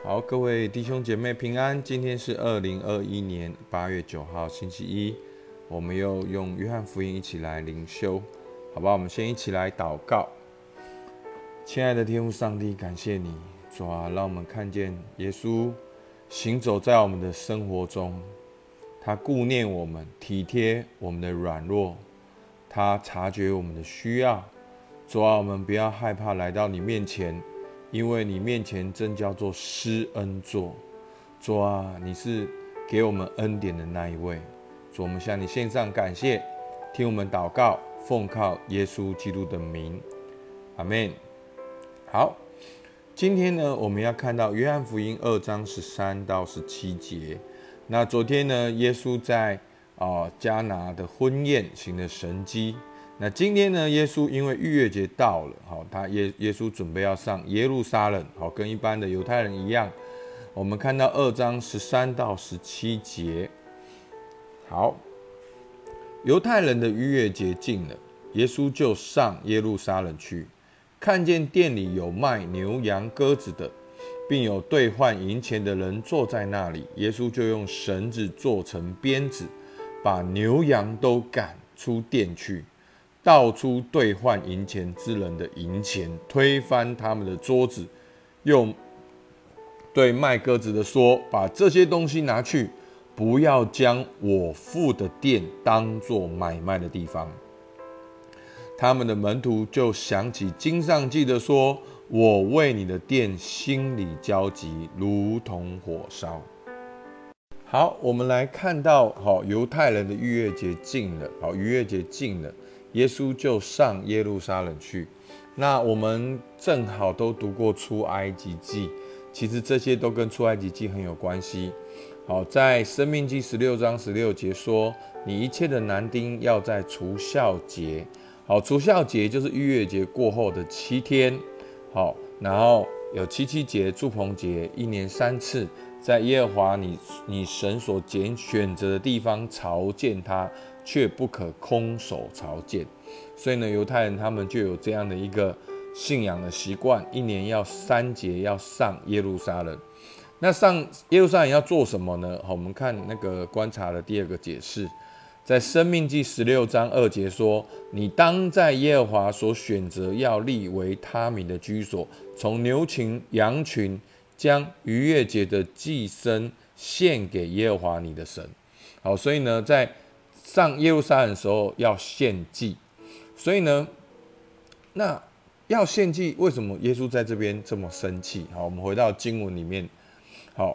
好，各位弟兄姐妹平安。今天是2021年8月9号，星期一。我们又用约翰福音一起来灵修，好吧？我们先一起来祷告。亲爱的天父上帝，感谢你，主啊，让我们看见耶稣行走在我们的生活中，他顾念我们，体贴我们的软弱，他察觉我们的需要。主啊，我们不要害怕来到你面前，因为你面前正叫做施恩座。主啊，你是给我们恩典的那一位。主，我们向你献上感谢，听我们祷告，奉靠耶稣基督的名，阿们。好，今天呢，我们要看到约翰福音2章13到17节。那昨天呢，耶稣在迦拿的婚宴行了神迹。那今天呢，耶稣因为逾越节到了，耶稣准备要上耶路撒冷，跟一般的犹太人一样。我们看到2章13到17节。好，犹太人的逾越节近了，耶稣就上耶路撒冷去，看见店里有卖牛羊鸽子的，并有兑换银钱的人坐在那里。耶稣就用绳子做成鞭子，把牛羊都赶出店去，倒出兑换银钱之人的银钱，推翻他们的桌子，又对卖鸽子的说：把这些东西拿去，不要将我父的店当作买卖的地方。他们的门徒就想起经上记的说：我为你的殿心里焦急，如同火烧。好，我们来看到犹太人的逾越节近了，逾越节近了，耶稣就上耶路撒冷去。那我们正好都读过出埃及记，其实这些都跟出埃及记很有关系。好，在申命记16章16节说：你一切的男丁要在除酵节。好，除酵节就是逾越节过后的7天。好，然后有7节、住棚节，1年3次，在耶和华你神所选择的地方朝见他，却不可空手朝见。所以呢，犹太人他们就有这样的一个信仰的习惯，1年要3节要上耶路撒冷。那上耶路撒冷要做什么呢？我们看那个观察的第二个解释，在申命记16章2节说：你当在耶和华所选择要立为他名的居所，从牛群、羊群将逾越节的祭牲献给耶和华你的神。好，所以呢，在上耶路撒冷的时候要献祭。所以呢，那要献祭，为什么耶稣在这边这么生气？好，我们回到经文里面。好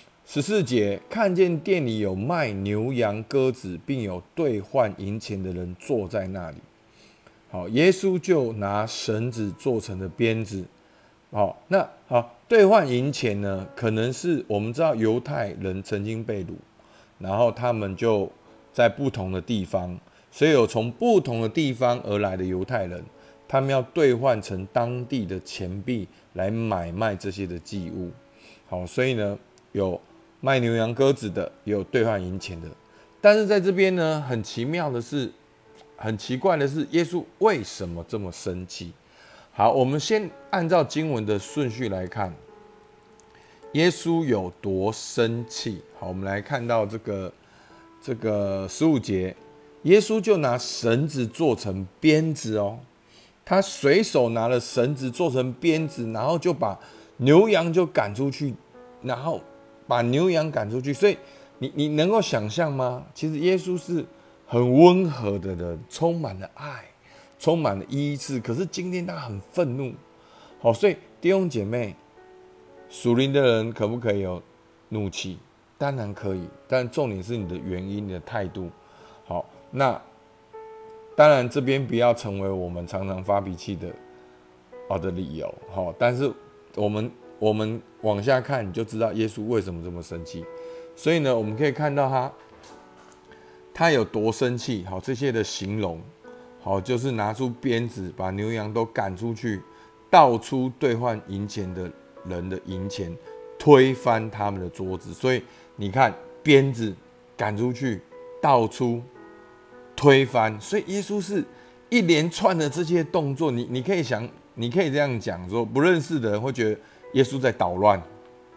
，14节，看见店里有卖牛羊鸽子，并有兑换银钱的人坐在那里。好，耶稣就拿绳子做成的鞭子。好，兑换银钱呢，可能是我们知道犹太人曾经被掳，然后他们就在不同的地方，所以有从不同的地方而来的犹太人，他们要兑换成当地的钱币来买卖这些的祭物。好，所以呢，有卖牛羊鸽子的，也有兑换银钱的。但是在这边呢，很奇怪的是，耶稣为什么这么生气？好，我们先按照经文的顺序来看，耶稣有多生气。好，我们来看到这个15节，耶稣就拿绳子做成鞭子哦，他随手拿了绳子做成鞭子，然后就把牛羊就赶出去，然后把牛羊赶出去。所以你能够想象吗？其实耶稣是很温和的人，充满了爱，充满了医治。可是今天他很愤怒。好，所以弟兄姐妹，属灵的人可不可以有怒气？当然可以，但重点是你的原因、你的态度。好，那当然这边不要成为我们常常发脾气的理由。好，但是我们往下看，你就知道耶稣为什么这么生气。所以呢，我们可以看到他有多生气。好，这些的形容，好，就是拿出鞭子把牛羊都赶出去，倒出兑换银钱的人的银钱，推翻他们的桌子。所以你看，鞭子赶出去，倒出，推翻。所以耶稣是一连串的这些动作，你可以这样讲说，不认识的人会觉得耶稣在捣乱。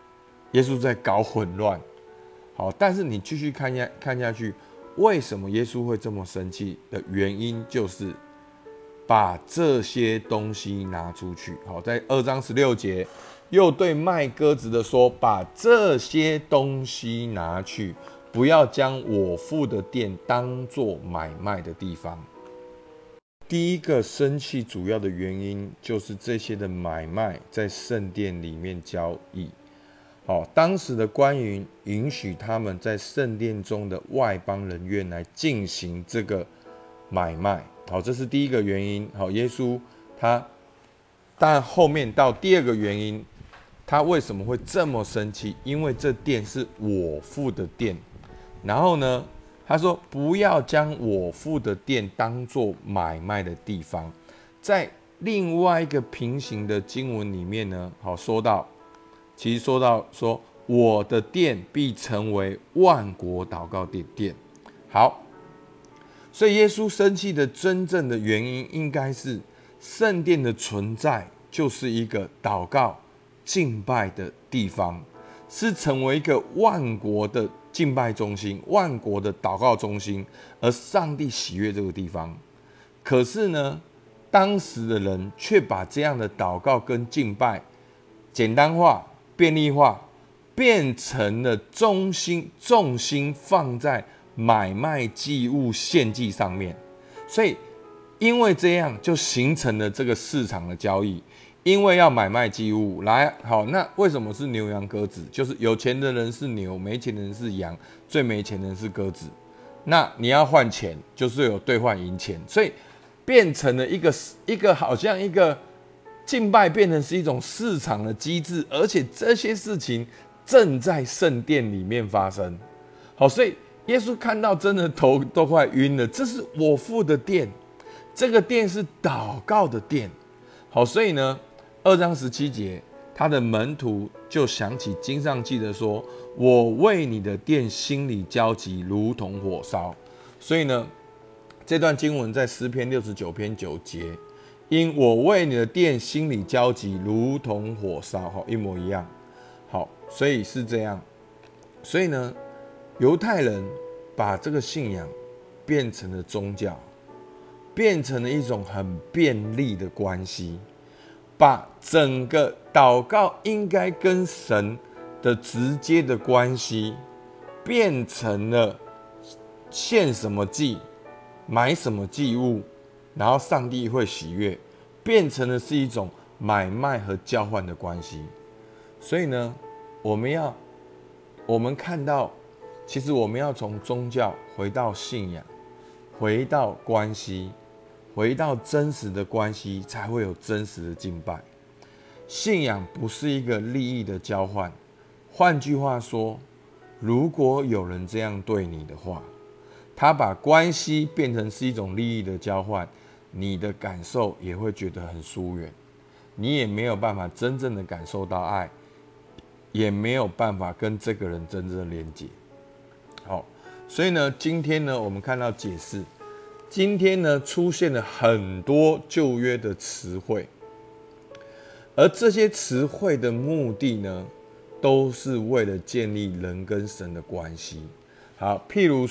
耶稣在搞混乱。好，但是你继续看下去，为什么耶稣会这么生气的原因，就是把这些东西拿出去。好，在2章16节，又对卖鸽子的说：“把这些东西拿去，不要将我父的殿当作买卖的地方。”第一个生气主要的原因，就是这些的买卖在圣殿里面交易。好，当时的官员允许他们在圣殿中的外邦人员来进行这个买卖。好，这是第一个原因。好，耶稣但后面到第二个原因，他为什么会这么生气？因为这殿是我父的殿。然后呢，他说不要将我父的殿当作买卖的地方。在另外一个平行的经文里面呢，好，说到说我的殿必成为万国祷告的殿。好，所以耶稣生气的真正的原因，应该是圣殿的存在就是一个祷告敬拜的地方，是成为一个万国的敬拜中心，万国的祷告中心，而上帝喜悦这个地方。可是呢，当时的人却把这样的祷告跟敬拜简单化、便利化，变成了重心放在买卖祭物献祭上面。所以因为这样就形成了这个市场的交易，因为要买卖祭物来。好，那为什么是牛羊鸽子？就是有钱的人是牛，没钱的人是羊，最没钱的人是鸽子。那你要换钱，就是有兑换银钱，所以变成了一个好像一个敬拜变成是一种市场的机制，而且这些事情正在圣殿里面发生。好，所以耶稣看到真的头都快晕了。这是我父的殿，这个殿是祷告的殿。好，所以呢，2章17节，他的门徒就想起经上记得说：“我为你的殿心里焦急，如同火烧。”所以呢，这段经文在诗篇69篇9节，因我为你的殿心里焦急，如同火烧，好，一模一样。好，所以是这样。所以呢，犹太人把这个信仰变成了宗教，变成了一种很便利的关系，把整个祷告应该跟神的直接的关系，变成了献什么祭、买什么祭物，然后上帝会喜悦，变成的是一种买卖和交换的关系。所以呢，我们看到，其实我们要从宗教回到信仰，回到关系，回到真实的关系，才会有真实的敬拜。信仰不是一个利益的交换。换句话说，如果有人这样对你的话，他把关系变成是一种利益的交换，你的感受也会觉得很疏远，你也没有办法真正的感受到爱，也没有办法跟这个人真正的连接。好，所以呢，今天呢，我们看到解释，今天呢出现了很多旧约的词汇，而这些词汇的目的呢，都是为了建立人跟神的关系。好，譬如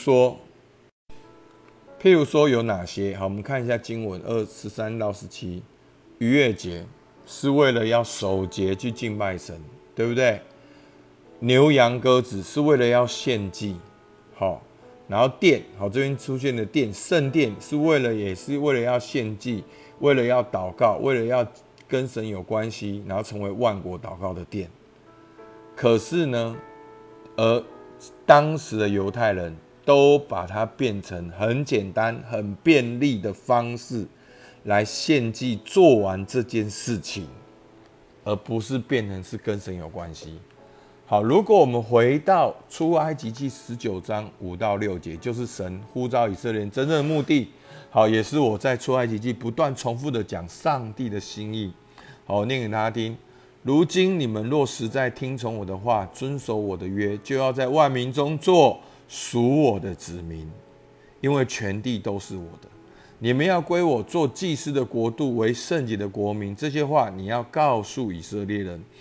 说有哪些？好，我们看一下经文13到17。逾越节是为了要守节去敬拜神，对不对？牛羊鸽子是为了要献祭。好，然后殿，好，这边出现的殿，圣殿也是为了要献祭，为了要祷告，为了要跟神有关系，然后成为万国祷告的殿。可是呢，而当时的犹太人都把它变成很简单、很便利的方式来献祭，做完这件事情，而不是变成是跟神有关系。好，如果我们回到出埃及记19章5到6节，就是神呼召以色列人真正的目的。好，也是我在出埃及记不断重复的讲上帝的心意。好，我念给大家听。如今你们若实在听从我的话，遵守我的约，就要在万民中做属我的子民，因为全地都是我的。你们要归我做祭司的国度，为圣洁的国民。这些话你要告诉以色列人。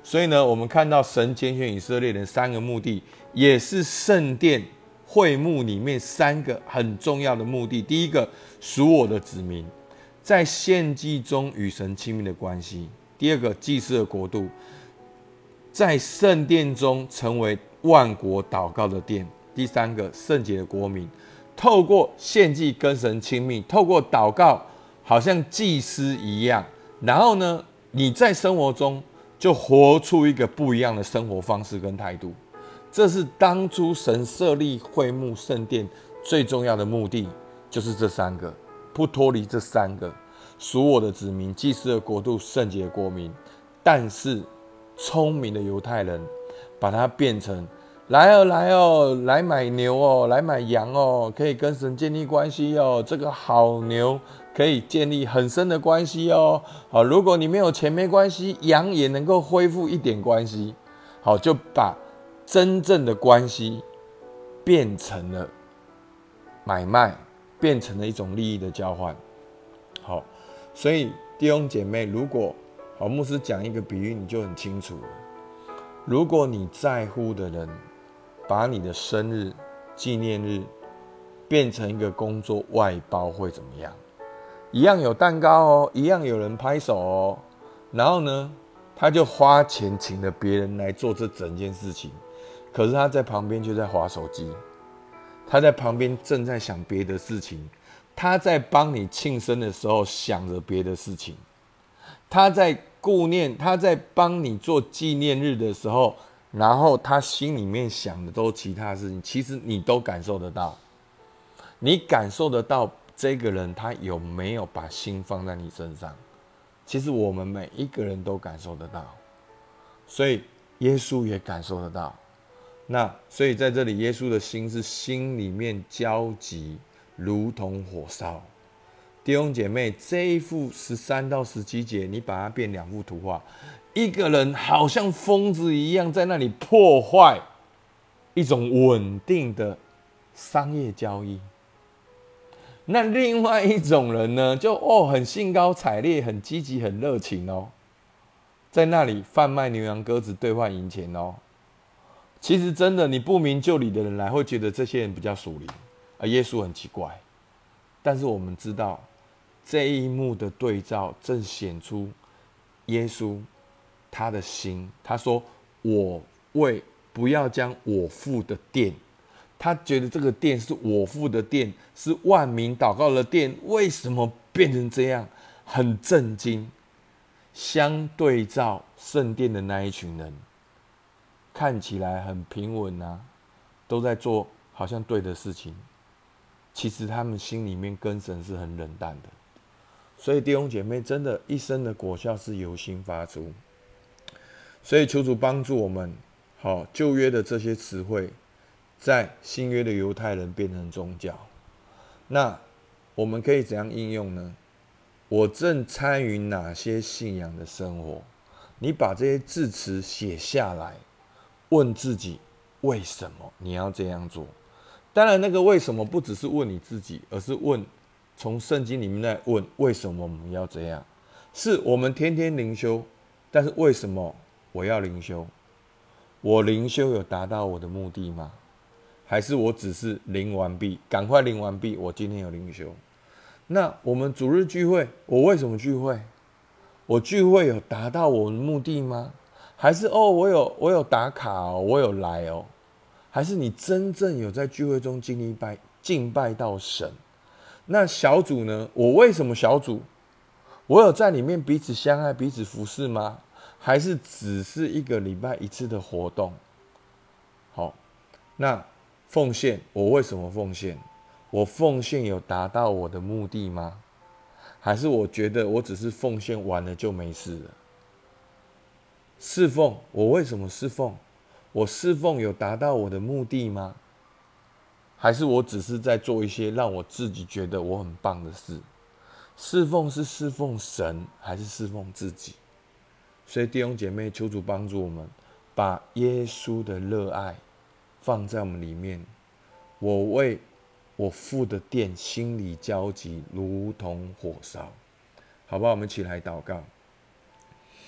所以呢，我们看到神拣选以色列人3个目的，也是圣殿会幕里面3个很重要的目的。第一个，属我的子民，在献祭中与神亲密的关系；第二个，祭司的国度，在圣殿中成为万国祷告的殿；第三个，圣洁的国民，透过献祭跟神亲密，透过祷告，好像祭司一样。然后呢，你在生活中就活出一个不一样的生活方式跟态度。这是当初神设立会幕圣殿最重要的目的，就是这3个，不脱离这3个：属我的子民、祭司的国度、圣洁的国民。但是聪明的犹太人把它变成来哦来哦，来买牛哦，来买羊哦，可以跟神建立关系哦。这个好牛可以建立很深的关系哦。好，如果你没有钱没关系，羊也能够恢复一点关系。好，就把真正的关系变成了买卖，变成了一种利益的交换。好，所以弟兄姐妹，如果好牧师讲一个比喻，你就很清楚了。如果你在乎的人把你的生日、纪念日变成一个工作外包，会怎么样？一样有蛋糕哦，一样有人拍手哦，然后呢，他就花钱请了别人来做这整件事情，可是他在旁边就在滑手机，他在旁边正在想别的事情，他在帮你庆生的时候想着别的事情，他在顾念，他在帮你做纪念日的时候，然后他心里面想的都其他事情，其实你都感受得到，你感受得到这个人他有没有把心放在你身上？其实我们每一个人都感受得到，所以耶稣也感受得到。那所以在这里，耶稣的心是心里面焦急，如同火烧。弟兄姐妹，这一幅13到17节，你把它变2幅图画，一个人好像疯子一样在那里破坏一种稳定的商业交易。那另外一种人呢，就很兴高采烈，很积极，很热情哦，在那里贩卖牛羊鸽子兑换银钱哦。其实真的，你不明就里的人来会觉得这些人比较属灵，而耶稣很奇怪。但是我们知道，这一幕的对照正显出耶稣他的心。他说：“我为不要将我父的殿。”他觉得这个殿是我父的殿，是万民祷告的殿，为什么变成这样？很震惊。相对照圣殿的那一群人，看起来很平稳啊，都在做好像对的事情，其实他们心里面跟神是很冷淡的。所以弟兄姐妹，真的一生的果效是由心发出。所以求主帮助我们，好，旧约的这些词汇在新约的犹太人变成宗教。那我们可以怎样应用呢？我正参与哪些信仰的生活？你把这些字词写下来，问自己为什么你要这样做。当然那个为什么不只是问你自己，而是问从圣经里面来问为什么我们要这样。是我们天天灵修，但是为什么我要灵修？我灵修有达到我的目的吗？还是我只是灵完毕，赶快灵完毕，我今天有灵修？那我们主日聚会，我为什么聚会？我聚会有达到我的目的吗？还是我有打卡哦，我有来哦？还是你真正有在聚会中敬拜到神？那小组呢？我为什么小组？我有在里面彼此相爱、彼此服侍吗？还是只是一个礼拜一次的活动？好，那奉献，我为什么奉献？我奉献有达到我的目的吗？还是我觉得我只是奉献完了就没事了？侍奉，我为什么侍奉？我侍奉有达到我的目的吗？还是我只是在做一些让我自己觉得我很棒的事？侍奉是侍奉神，还是侍奉自己？所以弟兄姐妹，求主帮助我们，把耶稣的热爱放在我们里面。我为我父的殿心里焦急，如同火烧。好不好？我们一起来祷告。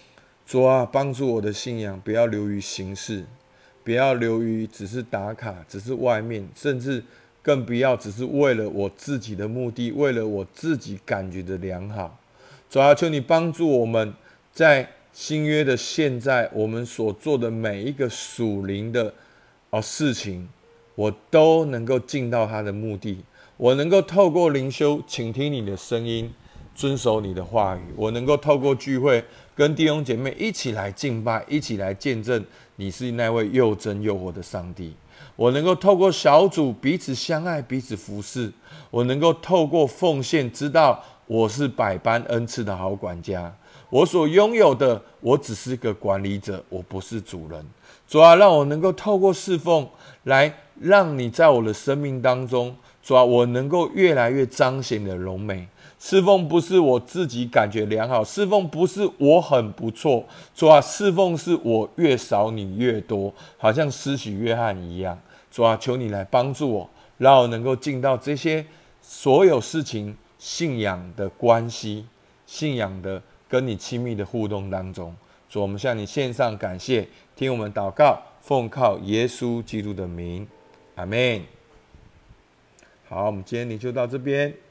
主啊，帮助我的信仰不要流于形式，不要流于只是打卡，只是外面，甚至更不要只是为了我自己的目的，为了我自己感觉的良好。主啊，求你帮助我们，在新约的现在，我们所做的每一个属灵的事情，我都能够尽到他的目的。我能够透过灵修倾听你的声音，遵守你的话语。我能够透过聚会跟弟兄姐妹一起来敬拜，一起来见证你是那位又真又活的上帝。我能够透过小组彼此相爱，彼此服侍。我能够透过奉献，知道我是百般恩赐的好管家。我所拥有的，我只是个管理者，我不是主人。主啊，让我能够透过侍奉来让你在我的生命当中，主啊，我能够越来越彰显你的荣美。侍奉不是我自己感觉良好，侍奉不是我很不错，主啊，侍奉是我越少你越多，好像施洗约翰一样。主啊，求你来帮助我，让我能够进到这些所有事情信仰的关系，信仰的跟你亲密的互动当中。主，我们向你献上感谢，听我们祷告，奉靠耶稣基督的名，阿们。好，我们今天就到这边。